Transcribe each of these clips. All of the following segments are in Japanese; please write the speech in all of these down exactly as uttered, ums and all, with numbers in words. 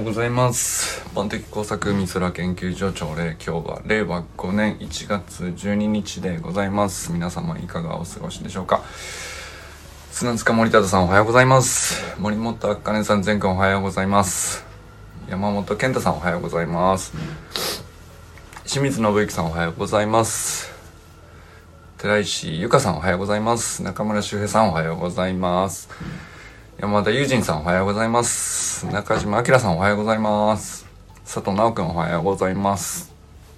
ございます。一般的工作美空研究所長令、今日はれいわごねんいちがつじゅうににちでございます。皆様いかがお過ごしでしょうか。砂塚森忠さんおはようございます。森本あかねさん前回おはようございます。山本健太さんおはようございます。清水信之さんおはようございます。寺石由香さんおはようございます。中村修平さんおはようございます。山田友人さんおはようございます。中島明さんおはようございます。佐藤直くんおはようございます。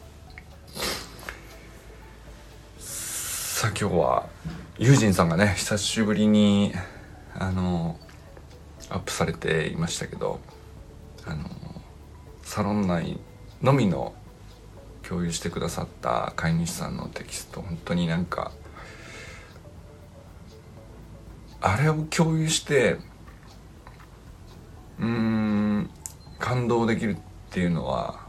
さあ今日は友人さんがね久しぶりにあのアップされていましたけど、あのサロン内のみの共有してくださった飼い主さんのテキスト、本当になんかあれを共有してうーん感動できるっていうのは、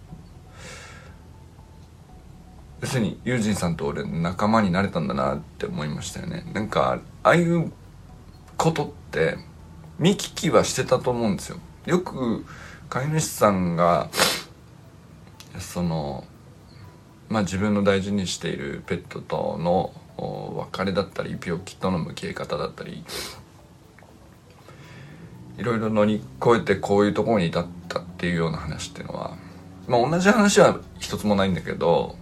要するに友人さんと俺仲間になれたんだなって思いましたよね。なんかああいうことって見聞きはしてたと思うんですよ。よく飼い主さんがそのまあ自分の大事にしているペットとの別れだったり病気との向き合い方だったりいろいろ乗り越えてこういうところに至ったっていうような話っていうのは、まあ同じ話は一つもないんだけど、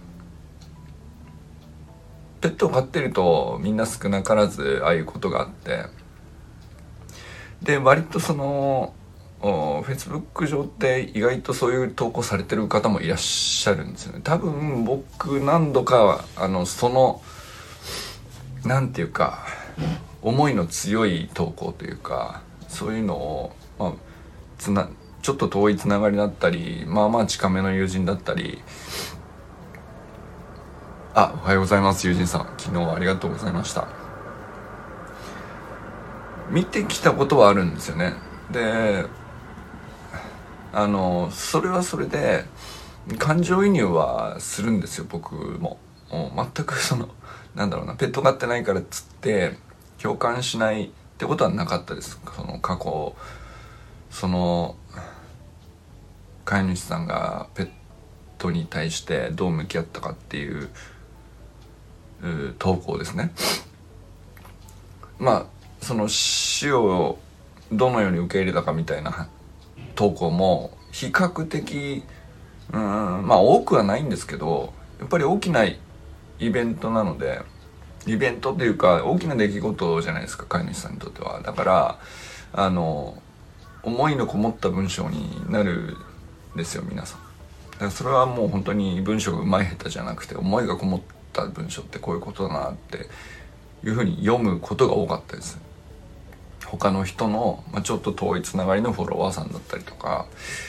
ペットを飼ってるとみんな少なからずああいうことがあって、で割とそのFacebook 上って意外とそういう投稿されてる方もいらっしゃるんですよね。多分僕何度かあのそのなんていうか思いの強い投稿というかそういうのを、まあ、つなちょっと遠いつながりだったりまあまあ近めの友人だったり、あ、おはようございます友人さん、昨日はありがとうございました。見てきたことはあるんですよね。であのそれはそれで感情移入はするんですよ僕も。全くそのなんだろうな、ペット飼ってないからっつって共感しないってことはなかったです。その過去その飼い主さんがペットに対してどう向き合ったかっていう投稿ですね。まあその死をどのように受け入れたかみたいな投稿も比較的うーんまあ多くはないんですけど、やっぱり大きなイベントなので、イベントっていうか大きな出来事じゃないですか飼い主さんにとっては。だからあの思いのこもった文章になるんですよ皆さん。だからそれはもう本当に文章が上手い下手じゃなくて、思いがこもった文章ってこういうことだなっていうふうに読むことが多かったです。他の人の、まあ、ちょっと遠いつながりのフォロワーさんだったりとか、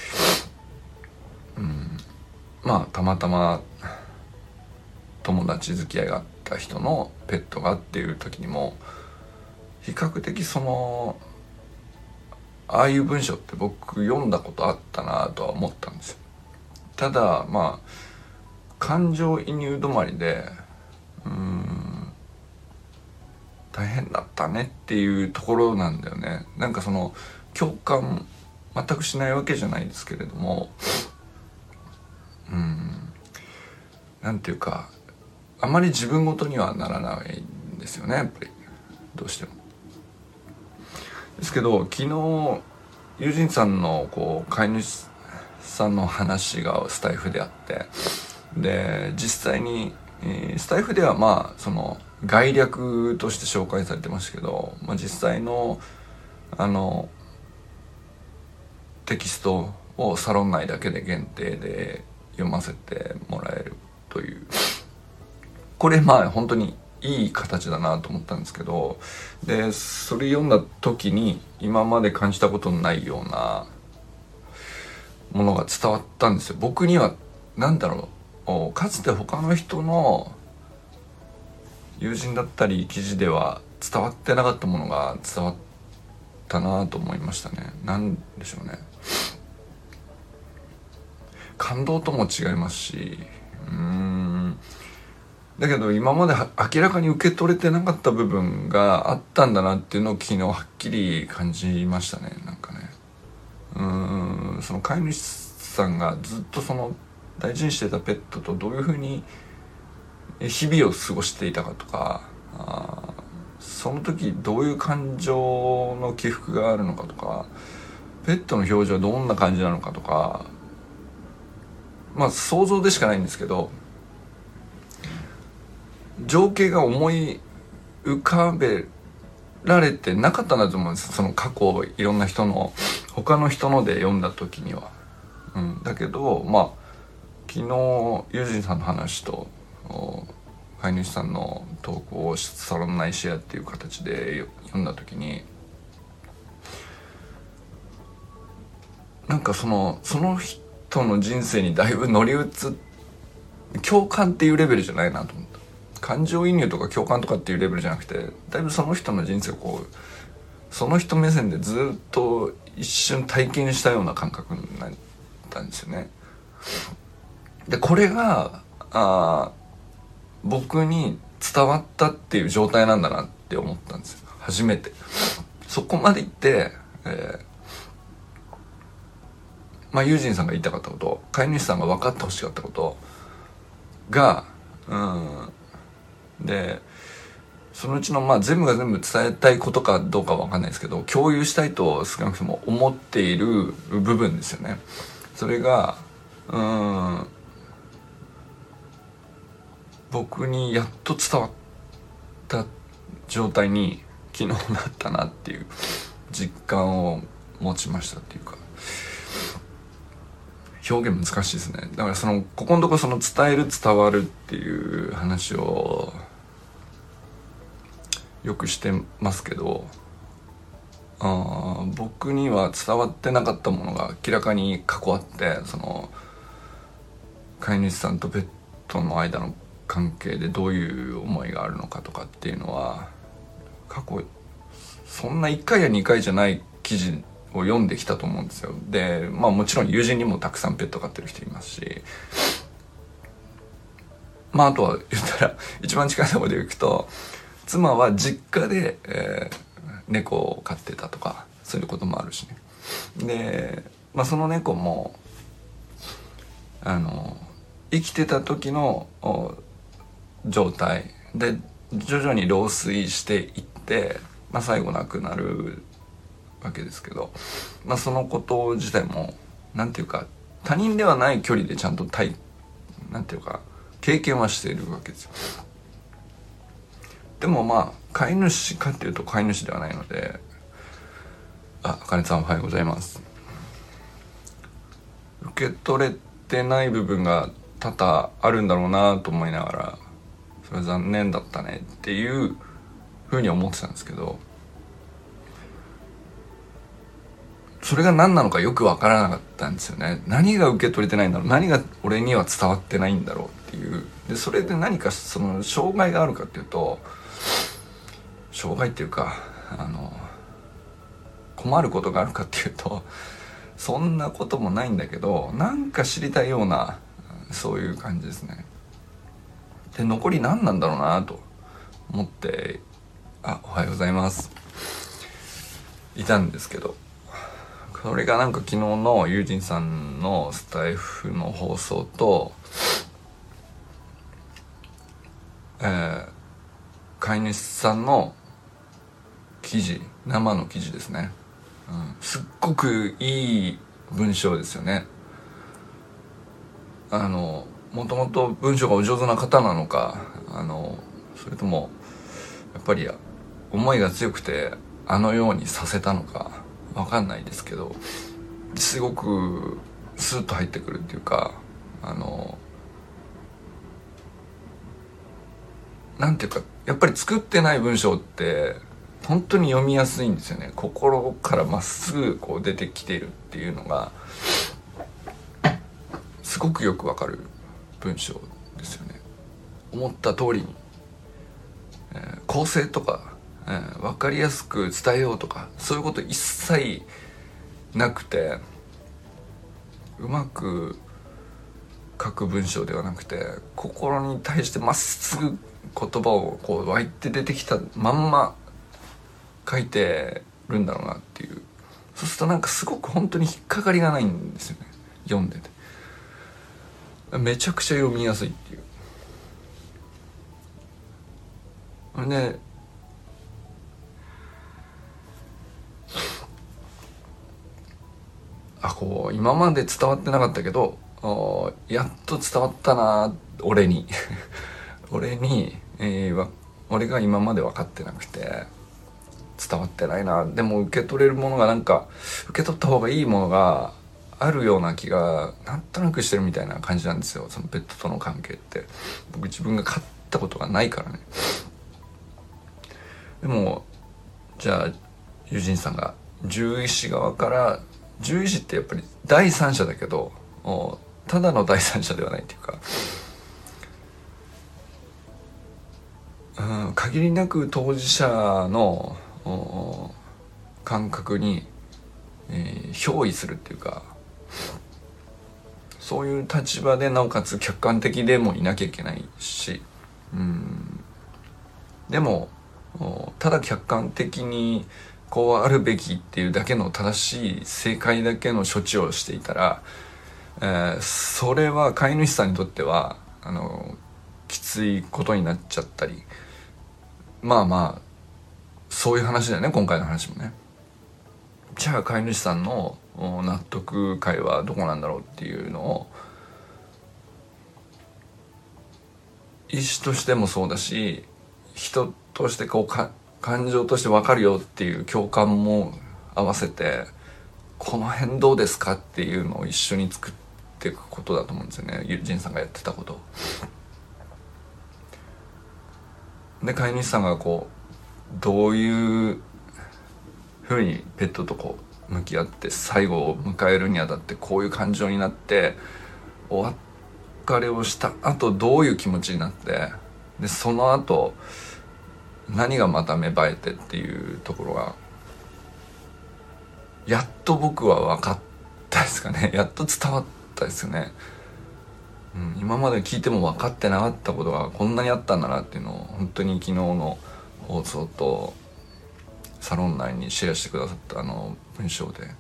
うん、まあたまたま友達付き合いがあった人のペットがっていう時にも比較的そのああいう文章って僕読んだことあったなとは思ったんですよ。ただまあ感情移入止まりでうーん大変だったねっていうところなんだよね。なんかその共感全くしないわけじゃないですけれども、うーんなんていうかあまり自分ごとにはならないんですよねやっぱりどうしても。ですけど昨日友人さんのこう飼い主さんの話がスタイフであって、で実際に、えー、スタイフではまあその概略として紹介されてましたけど、まあ、実際のあのテキストをサロン内だけで限定で読ませてもらえるという、これまあ本当にいい形だなと思ったんですけど、でそれ読んだ時に今まで感じたことのないようなものが伝わったんですよ僕には。なんだろう、かつて他の人の友人だったり記事では伝わってなかったものが伝わったなと思いましたね。なんでしょうね、感動とも違いますし、うーんだけど今まで明らかに受け取れてなかった部分があったんだなっていうのを昨日はっきり感じましたね。なんかね、うーんその飼い主さんがずっとその大事にしてたペットとどういうふうに日々を過ごしていたかとか、あその時どういう感情の起伏があるのかとか、ペットの表情はどんな感じなのかとか、まあ想像でしかないんですけど、情景が思い浮かべられてなかったんだと思うんです。その過去いろんな人の他の人ので読んだ時には、うん、だけどまあ昨日ユージンさんの話と飼い主さんの投稿をサロン内シェアっていう形で読んだ時に、なんかそのその人の人生にだいぶ乗り移っ共感っていうレベルじゃないなと思った。感情移入とか共感とかっていうレベルじゃなくて、だいぶその人の人生をこうその人目線でずっと一瞬体験したような感覚になったんですよね。でこれがあ僕に伝わったっていう状態なんだなって思ったんですよ、初めて。そこまで行って、えー、まあユージンさんが言いたかったこと、飼い主さんが分かってほしかったことが、うんでそのうちのまあ全部が全部伝えたいことかどうかは分かんないですけど、共有したいと少なくとも思っている部分ですよね。それがうん僕にやっと伝わった状態に昨日なったなっていう実感を持ちましたっていうか、表現難しいですね。だからそのここのところその伝える伝わるっていう話をよくしてますけど、あ僕には伝わってなかったものが明らかに過去あって、その飼い主さんとペットの間の関係でどういう思いがあるのかとかっていうのは過去そんないっかいやにかいじゃない記事を読んできたと思うんですよ。でまあもちろん友人にもたくさんペット飼ってる人いますし、まああとは言ったら一番近いところで行くと妻は実家で、えー、猫を飼ってたとかそういうこともあるしね。で、まあ、その猫もあの生きてた時の状態で徐々に老衰していって、まあ、最後亡くなるわけですけど、まあ、そのこと自体もなんていうか他人ではない距離でちゃんと体なんていうか経験はしているわけですよ。でもまあ飼い主かっていうと飼い主ではないので、あ、あかねさんおはようございます。受け取れてない部分が多々あるんだろうなと思いながら、それは残念だったねっていうふうに思ってたんですけど、それが何なのかよく分からなかったんですよね。何が受け取れてないんだろう、何が俺には伝わってないんだろうっていう。でそれで何かその障害があるかっていうと、障害っていうかあの困ることがあるかっていうとそんなこともないんだけど、なんか知りたいようなそういう感じですね。で残り何なんだろうなと思って、あ、おはようございますいたんですけど、これがなんか昨日のユージンさんのスタイフの放送と、えー、飼い主さんの記事、生の記事ですね、うん、すっごくいい文章ですよね。あのもともと文章がお上手な方なのか、あのそれともやっぱり思いが強くてあのようにさせたのかわかんないですけど、すごくスーッと入ってくるっていうか、あのなんていうかやっぱり作ってない文章って本当に読みやすいんですよね。心からまっすぐこう出てきているっていうのがすごくよくわかる文章ですよね。思った通りに、えー、構成とか、えー、分かりやすく伝えようとかそういうこと一切なくて、うまく書く文章ではなくて心に対してまっすぐ言葉をこう湧いて出てきたまんま書いてるんだろうなっていう、 そうするとなんかすごく本当に引っかかりがないんですよね、読んでて。めちゃくちゃ読みやすいっていう。であこう今まで伝わってなかったけどやっと伝わったな俺に俺に、えー、俺が今まで分かってなくて伝わってないな、でも受け取れるものがなんか受け取った方がいいものがあるような気がなんとなくしてるみたいな感じなんですよ、そのペットとの関係って。僕自分が飼ったことがないからね。でもじゃあ友人さんが獣医師側から、獣医師ってやっぱり第三者だけどただの第三者ではないっていうか、うん、限りなく当事者の感覚に、えー、憑依するっていうか、そういう立場でなおかつ客観的でもいなきゃいけないし、うん、でもただ客観的にこうあるべきっていうだけの正しい正解だけの処置をしていたら、えー、それは飼い主さんにとってはあのきついことになっちゃったり、まあまあそういう話だよね、今回の話もね。じゃあ飼い主さんの納得感はどこなんだろうっていうのを、医師としてもそうだし人としてこうか感情として分かるよっていう共感も合わせて、この辺どうですかっていうのを一緒に作っていくことだと思うんですよね、ユジンさんがやってたことで。飼い主さんがこうどういうふうにペットとこう向き合って最後を迎えるにあたってこういう感情になってお別れをした後どういう気持ちになって、でその後何がまた芽生えてっていうところがやっと僕は分かったですかね。やっと伝わったですよね、うん、今まで聞いても分かってなかったことがこんなにあったんだなっていうのを本当に昨日の放送とサロン内にシェアしてくださったあの文章で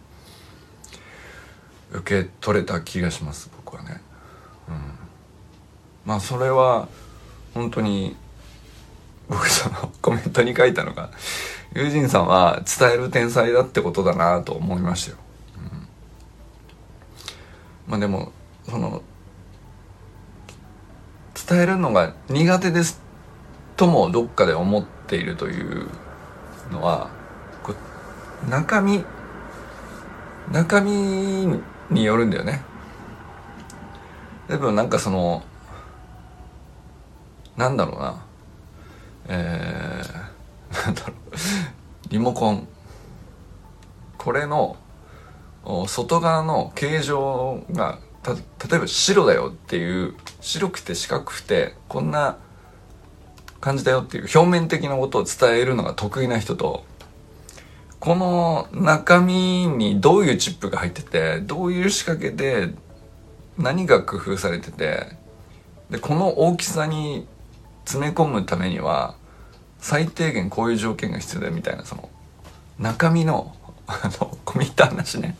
受け取れた気がします、僕はね、うん、まあそれは本当に僕そのコメントに書いたのが、友人さんは伝える天才だってことだなと思いましたよ、うん、まあでもその伝えるのが苦手ですともどっかで思っているというのは、こう中身中身によるんだよね。でもなんかそのなんだろうな、えー、なんだろうリモコン、これの外側の形状がた例えば白だよっていう、白くて四角くてこんな感じだよっていう表面的なことを伝えるのが得意な人と、この中身にどういうチップが入っててどういう仕掛けで何が工夫されてて、でこの大きさに詰め込むためには最低限こういう条件が必要だよみたいな、その中身のあの込み入った話ね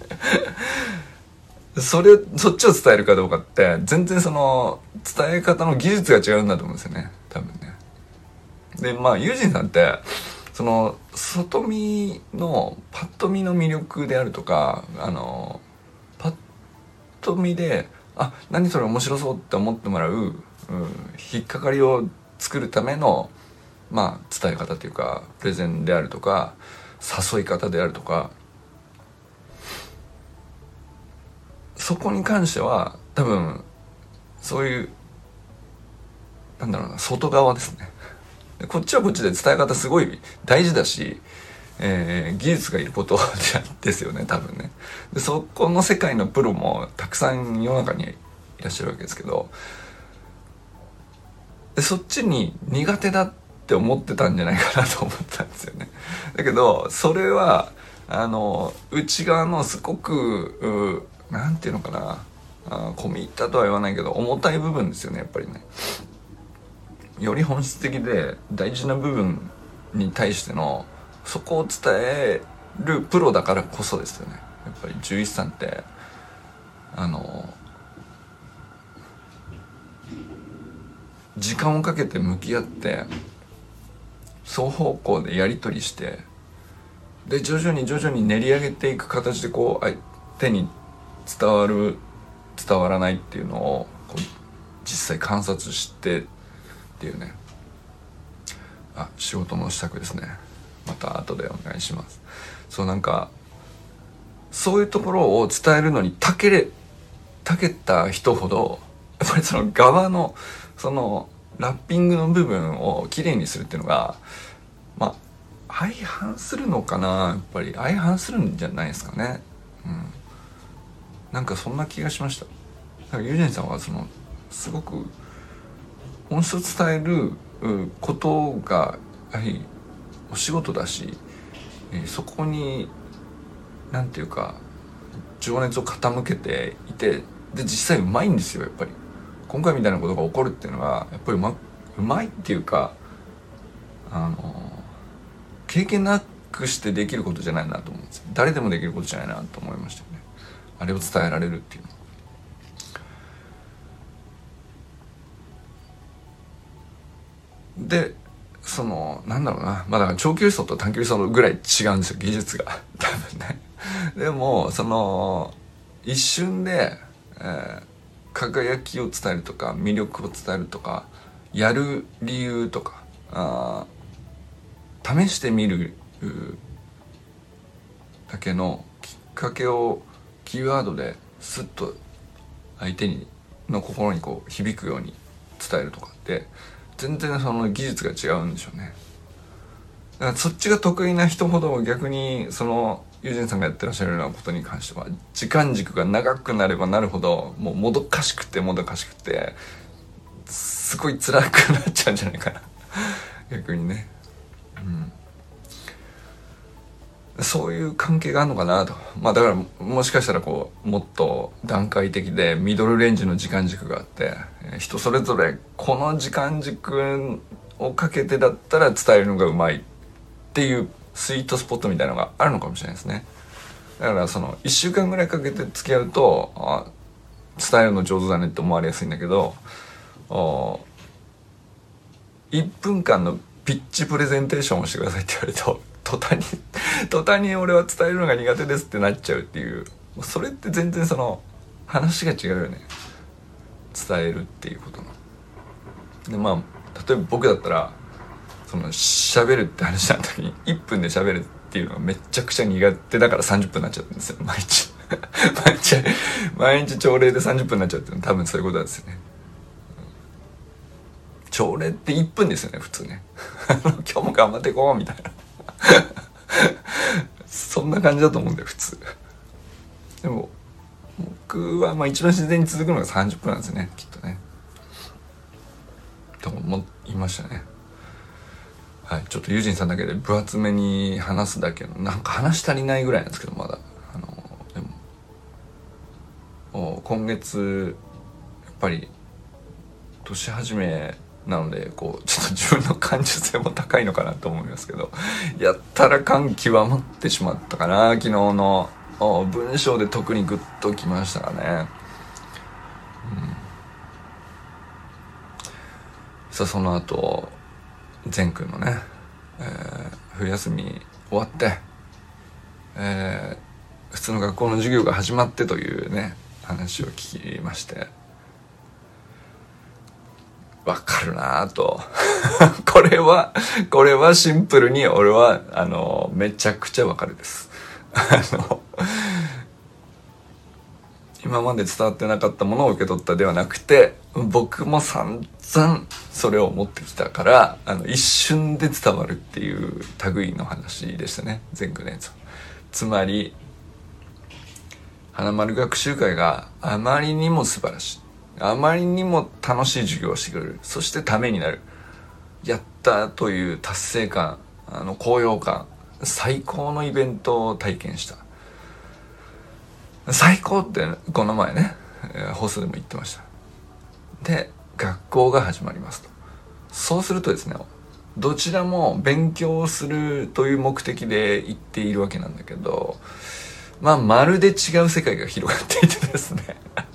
それそっちを伝えるかどうかって全然その伝え方の技術が違うんだと思うんですよね、多分ね。でまあユージンさんってその外見のパッと見の魅力であるとか、あのパッと見であ何それ面白そうって思ってもらう、うん、引っかかりを作るためのまあ伝え方というかプレゼンであるとか誘い方であるとか、そこに関しては多分そういうなんだろうな外側ですね。こっちはこっちで伝え方すごい大事だし、えー、技術がいることですよね多分ね。でそこの世界のプロもたくさん世の中にいらっしゃるわけですけど、でそっちに苦手だって思ってたんじゃないかなと思ったんですよね。だけどそれはあの内側のすごくなんていうのかな、あ込み入ったとは言わないけど重たい部分ですよね、やっぱりね。より本質的で大事な部分に対してのそこを伝えるプロだからこそですよね。やっぱり獣医師さんってあの時間をかけて向き合って双方向でやり取りして、で徐々に徐々に練り上げていく形でこう相手に伝わる伝わらないっていうのをこう実際観察してっていうね。あ、仕事の支度ですね。また後でお願いします。そう、なんかそういうところを伝えるのに長けれ長けた人ほどやっぱりその側のそのラッピングの部分をきれいにするっていうのがまあ相反するのかな。やっぱり相反するんじゃないですかね。うん、なんかそんな気がしました。だからユージェンさんはそのすごく本質を伝えることがやはりお仕事だし、えー、そこになんていうか情熱を傾けていて、で実際うまいんですよ。やっぱり今回みたいなことが起こるっていうのはやっぱりうま、うまいっていうか、あの経験なくしてできることじゃないなと思うんですよ。誰でもできることじゃないなと思いましたよね。あれを伝えられるっていうのは。でそのなんだろうな、まあだから長距離走と短距離走ぐらい違うんですよ、技術が多分ね。でもその一瞬で、えー、輝きを伝えるとか魅力を伝えるとかやる理由とかあ試してみるだけのきっかけをキーワードでスッと相手にの心にこう響くように伝えるとかって全然その技術が違うんでしょうね。だからそっちが得意な人ほど逆にそのユージェンさんがやってらっしゃるようなことに関しては時間軸が長くなればなるほどもうもどかしくてもどかしくてすごい辛くなっちゃうんじゃないかな逆にね、うん、そういう関係があるのかなと。まあだからもしかしたらこうもっと段階的でミドルレンジの時間軸があって人それぞれこの時間軸をかけてだったら伝えるのがうまいっていうスイートスポットみたいなのがあるのかもしれないですね。だからそのいっしゅうかんぐらいかけて付き合うとあ伝えるの上手だねって思われやすいんだけど、いっぷんかんのピッチプレゼンテーションをしてくださいって言われると途端に途端に俺は伝えるのが苦手ですってなっちゃうっていう、それって全然その話が違うよね、伝えるっていうことの。でまあ例えば僕だったらその喋るって話した時にいっぷんで喋るっていうのがめちゃくちゃ苦手だからさんじゅっぷんになっちゃったんですよ毎日毎日毎日朝礼でさんじゅっぷんになっちゃうっていうのは多分そういうことなんですよね。朝礼っていっぷんですよね普通ね今日も頑張っていこうみたいなそんな感じだと思うんだよ普通。でも僕はまあ一番自然に続くのがさんじゅっぷんなんですよねきっとね。と思いましたね。はい、ちょっとユージンさんだけで分厚めに話すだけのなんか話し足りないぐらいなんですけどまだあのでも今月やっぱり年始めなのでこうちょっと自分の感受性も高いのかなと思いますけどやったら感極まってしまったかな。昨日の文章で特にグッときましたかね。うんさあその後善くんのね、えー、冬休み終わって、えー、普通の学校の授業が始まってというね話を聞きましてわかるなぁとこれはこれはシンプルに俺はあのめちゃくちゃわかるですあの今まで伝わってなかったものを受け取ったではなくて僕も散々それを持ってきたからあの一瞬で伝わるっていう類の話でしたね前回のやつ。つまり花丸学習会があまりにも素晴らしい、あまりにも楽しい授業をしてくれる、そしてためになる、やったという達成感、あの高揚感、最高のイベントを体験した。最高ってこの前ね放送でも言ってました。で学校が始まりますと。そうするとですねどちらも勉強するという目的で行っているわけなんだけど、まあまるで違う世界が広がっていてですね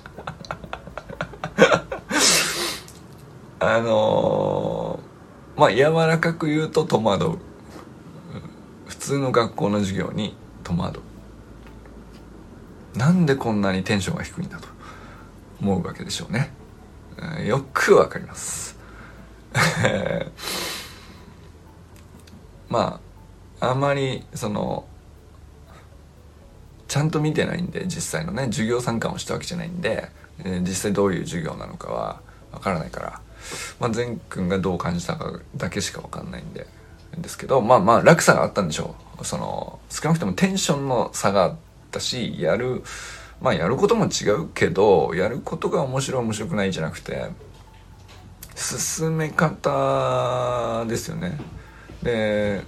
あのー、まあ柔らかく言うと戸惑う。普通の学校の授業に戸惑う。なんでこんなにテンションが低いんだと思うわけでしょうね。よくわかりますまああまりそのちゃんと見てないんで、実際のね授業参観をしたわけじゃないんで、えー、実際どういう授業なのかはわからないから、まあ、善くんがどう感じたかだけしかわかんないんでですけど、まあまあ落差があったんでしょう。その少なくともテンションの差があったし、やるまあやることも違うけど、やることが面白い面白くないじゃなくて進め方ですよね。で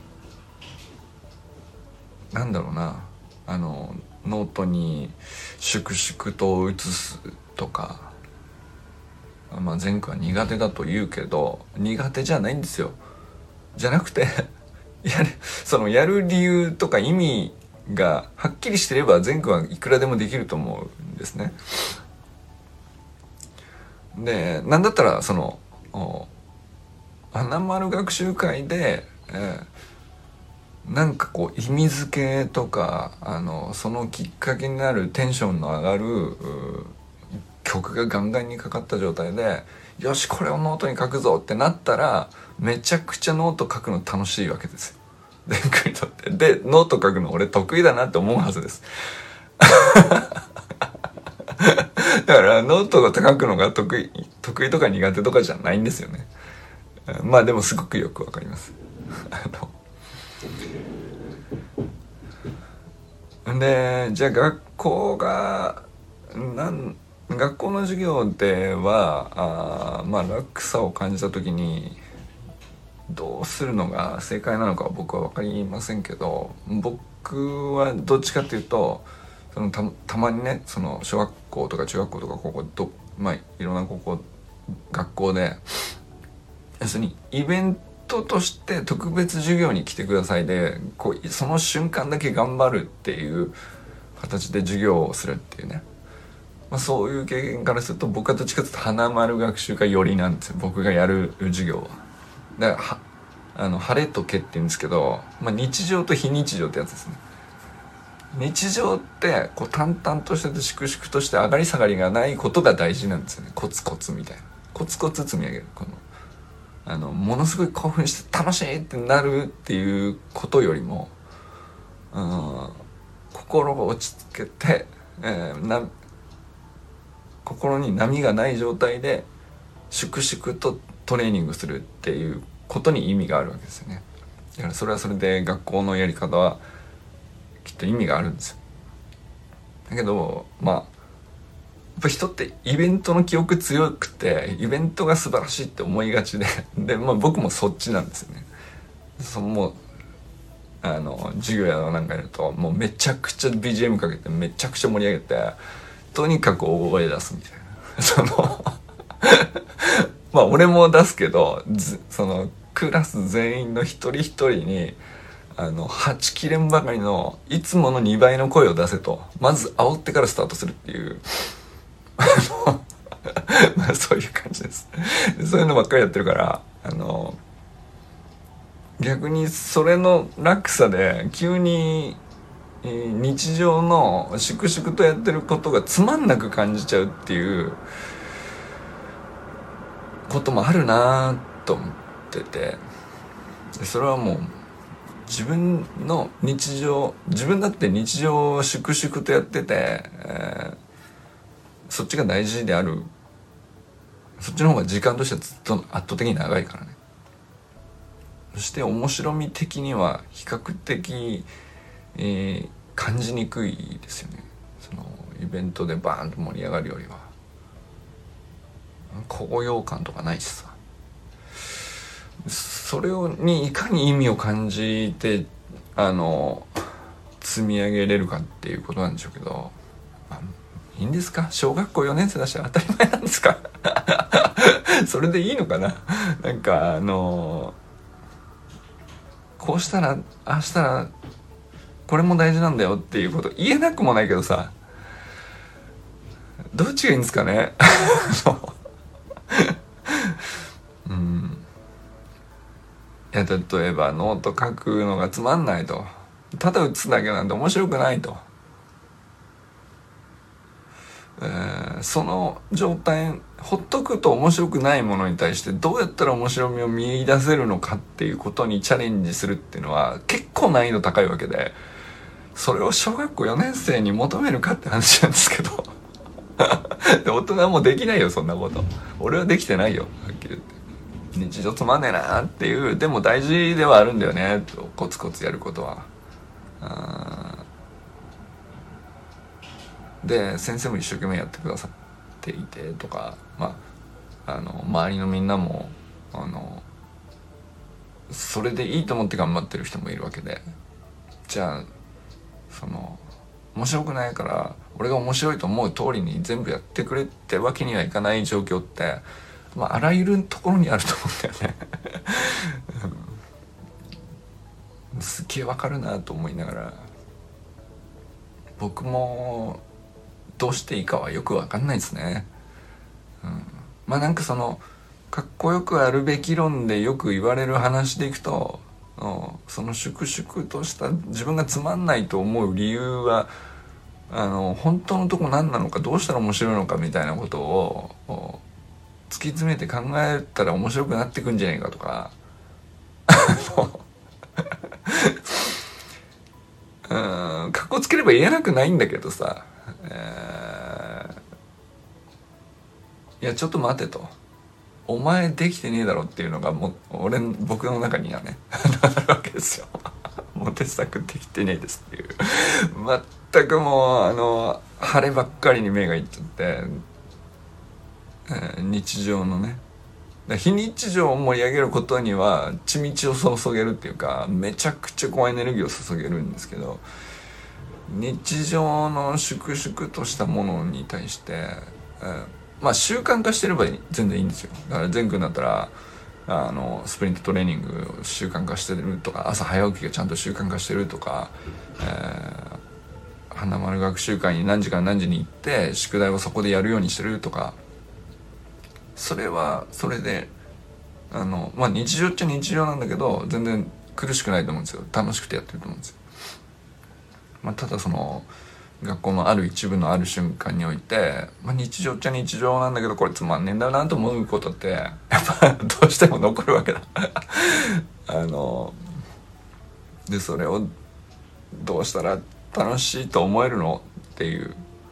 なんだろうな、あのノートに粛々と写すとか、まあ前回は苦手だと言うけど苦手じゃないんですよ。じゃなくてやるそのやる理由とか意味がはっきりしてれば前回はいくらでもできると思うんですね。でなんだったらその花丸学習会で、えー、なんかこう意味付けとかあのそのきっかけになるテンションの上がる曲がガンガンにかかった状態でよしこれをノートに書くぞってなったらめちゃくちゃノート書くの楽しいわけですよ。でんにとってでノート書くの俺得意だなって思うはずですだからノートが書くのが得意得意とか苦手とかじゃないんですよね。まあでもすごくよくわかりますあのでじゃあ学校がなん学校の授業ではあまあ落差を感じた時にどうするのが正解なのかは僕は分かりませんけど、僕はどっちかっていうとその た, たまにねその小学校とか中学校とか高校ど、まあ、いろんな高校学校で要するにイベントとして特別授業に来てくださいでこうその瞬間だけ頑張るっていう形で授業をするっていうね、まあ、そういう経験からすると僕はどっちかというと花丸学習会寄りなんですよ、僕がやる授業は。だからはあの晴れとけって言うんですけど、まあ、日常と非日常ってやつですね。日常ってこう淡々としてて粛々として上がり下がりがないことが大事なんですよね。コツコツみたいなコツコツ積み上げる、このあのものすごい興奮して楽しいってなるっていうことよりも、うん、心を落ち着けて、えー、な心に波がない状態で粛々とトレーニングするっていうことに意味があるわけですよね。だからそれはそれで学校のやり方はきっと意味があるんですよ。だけどまあやっぱ人ってイベントの記憶強くてイベントが素晴らしいって思いがちでで、まあ、僕もそっちなんですよね。そのもうあの授業やなんかやるともうめちゃくちゃ ビージーエム かけてめちゃくちゃ盛り上げてとにかく大声出すみたいなそのまあ俺も出すけどそのクラス全員の一人一人にあのはち切れんばかりのいつものにばいの声を出せとまず煽ってからスタートするっていうまあそういう感じです。そういうのばっかりやってるからあの逆にそれの落差で急に日常の粛々とやってることがつまんなく感じちゃうっていうこともあるなと思ってて、それはもう自分の日常自分だって日常を粛々とやってて、えー、そっちが大事である、そっちの方が時間としてはずっと圧倒的に長いからね。そして面白み的には比較的、えー、感じにくいですよね。そのイベントでバーンと盛り上がるよりは高揚感とかないしさ、それにいかに意味を感じてあの積み上げれるかっていうことなんでしょうけど、まあ、いいんですか、小学校よねん生だし当たり前なんですかそれでいいのかな。なんかあのこうしたらああしたらこれも大事なんだよっていうこと言えなくもないけどさ、どっちがいいんですかねうん、いや例えばノート書くのがつまんないと、ただ写すだけなんて面白くないと、えー、その状態ほっとくと面白くないものに対してどうやったら面白みを見出せるのかっていうことにチャレンジするっていうのは結構難易度高いわけで、それを小学校よねん生に求めるかって話なんですけどで大人はもうできないよそんなこと。俺はできてないよはっきり言って。日常つまんねえなっていう、でも大事ではあるんだよねと、コツコツやることは。あで先生も一生懸命やってくださっていてとか、まああの周りのみんなもあのそれでいいと思って頑張ってる人もいるわけで、じゃあその面白くないから俺が面白いと思う通りに全部やってくれってわけにはいかない状況って、まあ、あらゆるところにあると思うんだよねすっげえわかるなと思いながら、僕もどうしていいかはよくわかんないですね、うん、まあなんかそのかっこよくあるべき論でよく言われる話でいくと、その粛々とした自分がつまんないと思う理由はあの本当のとこ何なのか、どうしたら面白いのかみたいなことを突き詰めて考えたら面白くなってくんじゃないかとかうん、かっこつければ言えなくないんだけどさ、えー、いやちょっと待てと、お前できてねえだろっていうのがもう俺僕の中にはねなるわけですよモテ作できてねえですっていう全くもうあの晴ればっかりに目がいっちゃって、えー、日常のね非日常を盛り上げることには血道を注げるっていうか、めちゃくちゃこうエネルギーを注げるんですけど、日常の粛々としたものに対して、えー、まあ習慣化してれば全然いいんですよ。だから善くんだったらあのスプリントトレーニングを習慣化してるとか、朝早起きがちゃんと習慣化してるとか、えー、花丸学習会に何時から何時に行って宿題をそこでやるようにしてるとか、それはそれであのまあ日常っちゃ日常なんだけど全然苦しくないと思うんですよ。楽しくてやってると思うんですよ。まあ、ただその学校のある一部のある瞬間において、まあ、日常っちゃ日常なんだけどこれつまんねえんだなと思うことってやっぱどうしても残るわけだあのでそれをどうしたら楽しいと思えるのっていう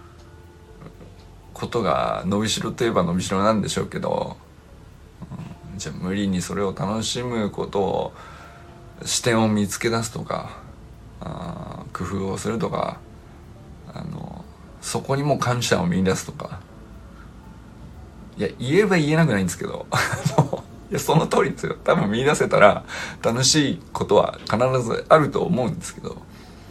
ことが伸びしろといえば伸びしろなんでしょうけど、うん、じゃあ無理にそれを楽しむことを視点を見つけ出すとか、あ工夫をするとか、あのそこにも感謝を見出すとか、いや言えば言えなくないんですけどいやその通りですよ。多分見出せたら楽しいことは必ずあると思うんですけど、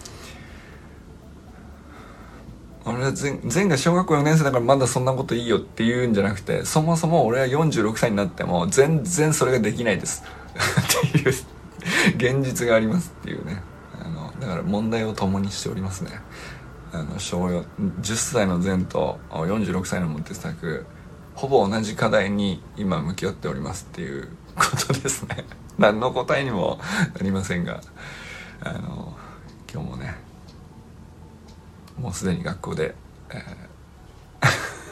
俺は前が小学校よねん生だからまだそんなこといいよって言うんじゃなくて、そもそも俺はよんじゅうろくさいになっても全然それができないですっていう現実がありますっていうね。あのだから問題を共にしておりますね。あの小よじゅっさいの前とよんじゅうろくさいのモテ作ほぼ同じ課題に今向き合っておりますっていうことですね。何の答えにもなりませんが、あの今日もねもうすでに学校で、え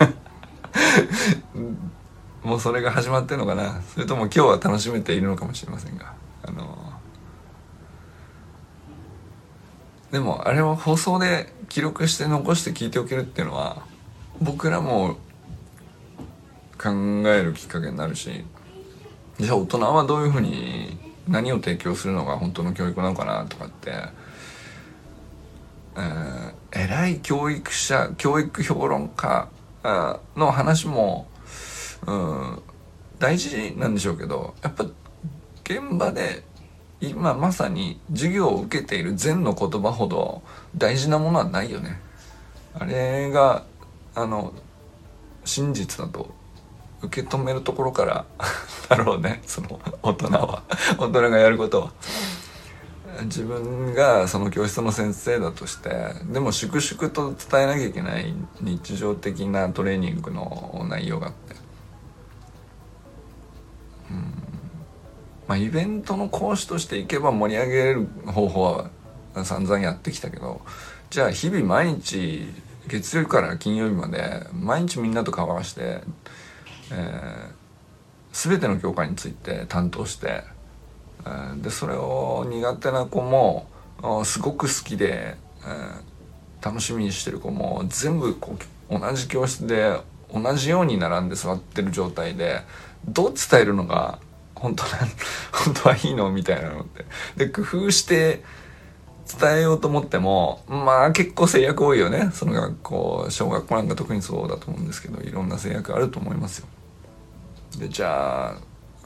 ー、もうそれが始まってるのかな、それとも今日は楽しめているのかもしれませんが、あのでもあれを放送で記録して残して聞いておけるっていうのは僕らも考えるきっかけになるし、じゃあ大人はどういうふうに何を提供するのが本当の教育なのかなとかって、えー、偉い教育者教育評論家の話も、うん、大事なんでしょうけど、やっぱ現場で今まさに授業を受けている禅の言葉ほど大事なものはないよね。あれがあの真実だと受け止めるところからだろうね、その大人は大人がやることは。 自分がその教室の先生だとして、でも粛々と伝えなきゃいけない日常的なトレーニングの内容があって、うん、まあイベントの講師としていけば盛り上げる方法は散々やってきたけど、じゃあ日々毎日月曜日から金曜日まで毎日みんなと会話して、えー、全ての教科について担当して、えー、でそれを苦手な子もすごく好きで、えー、楽しみにしてる子も全部こう同じ教室で同じように並んで座ってる状態でどう伝えるのが本当な本当はいいのみたいなのってで工夫して伝えようと思ってもまあ結構制約多いよね。その学校小学校なんか特にそうだと思うんですけど、いろんな制約あると思いますよ。でじゃあ、うん、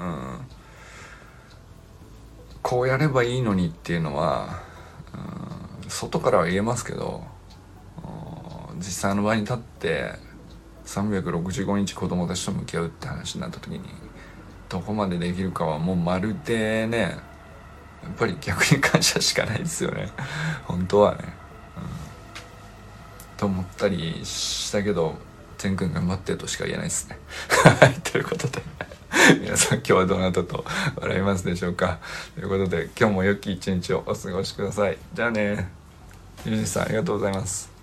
こうやればいいのにっていうのは、うん、外からは言えますけど、実際の場に立ってさんびゃくろくじゅうごにち子供たちと向き合うって話になった時にどこまでできるかはもうまるでね、やっぱり逆に感謝しかないですよね本当はね、うん、と思ったりしたけど、全くん頑張ってとしか言えないですねはい、ということで皆さん今日はどなたと笑いますでしょうか。ということで今日も良き一日をお過ごしください。じゃあね。ゆうじさんありがとうございます。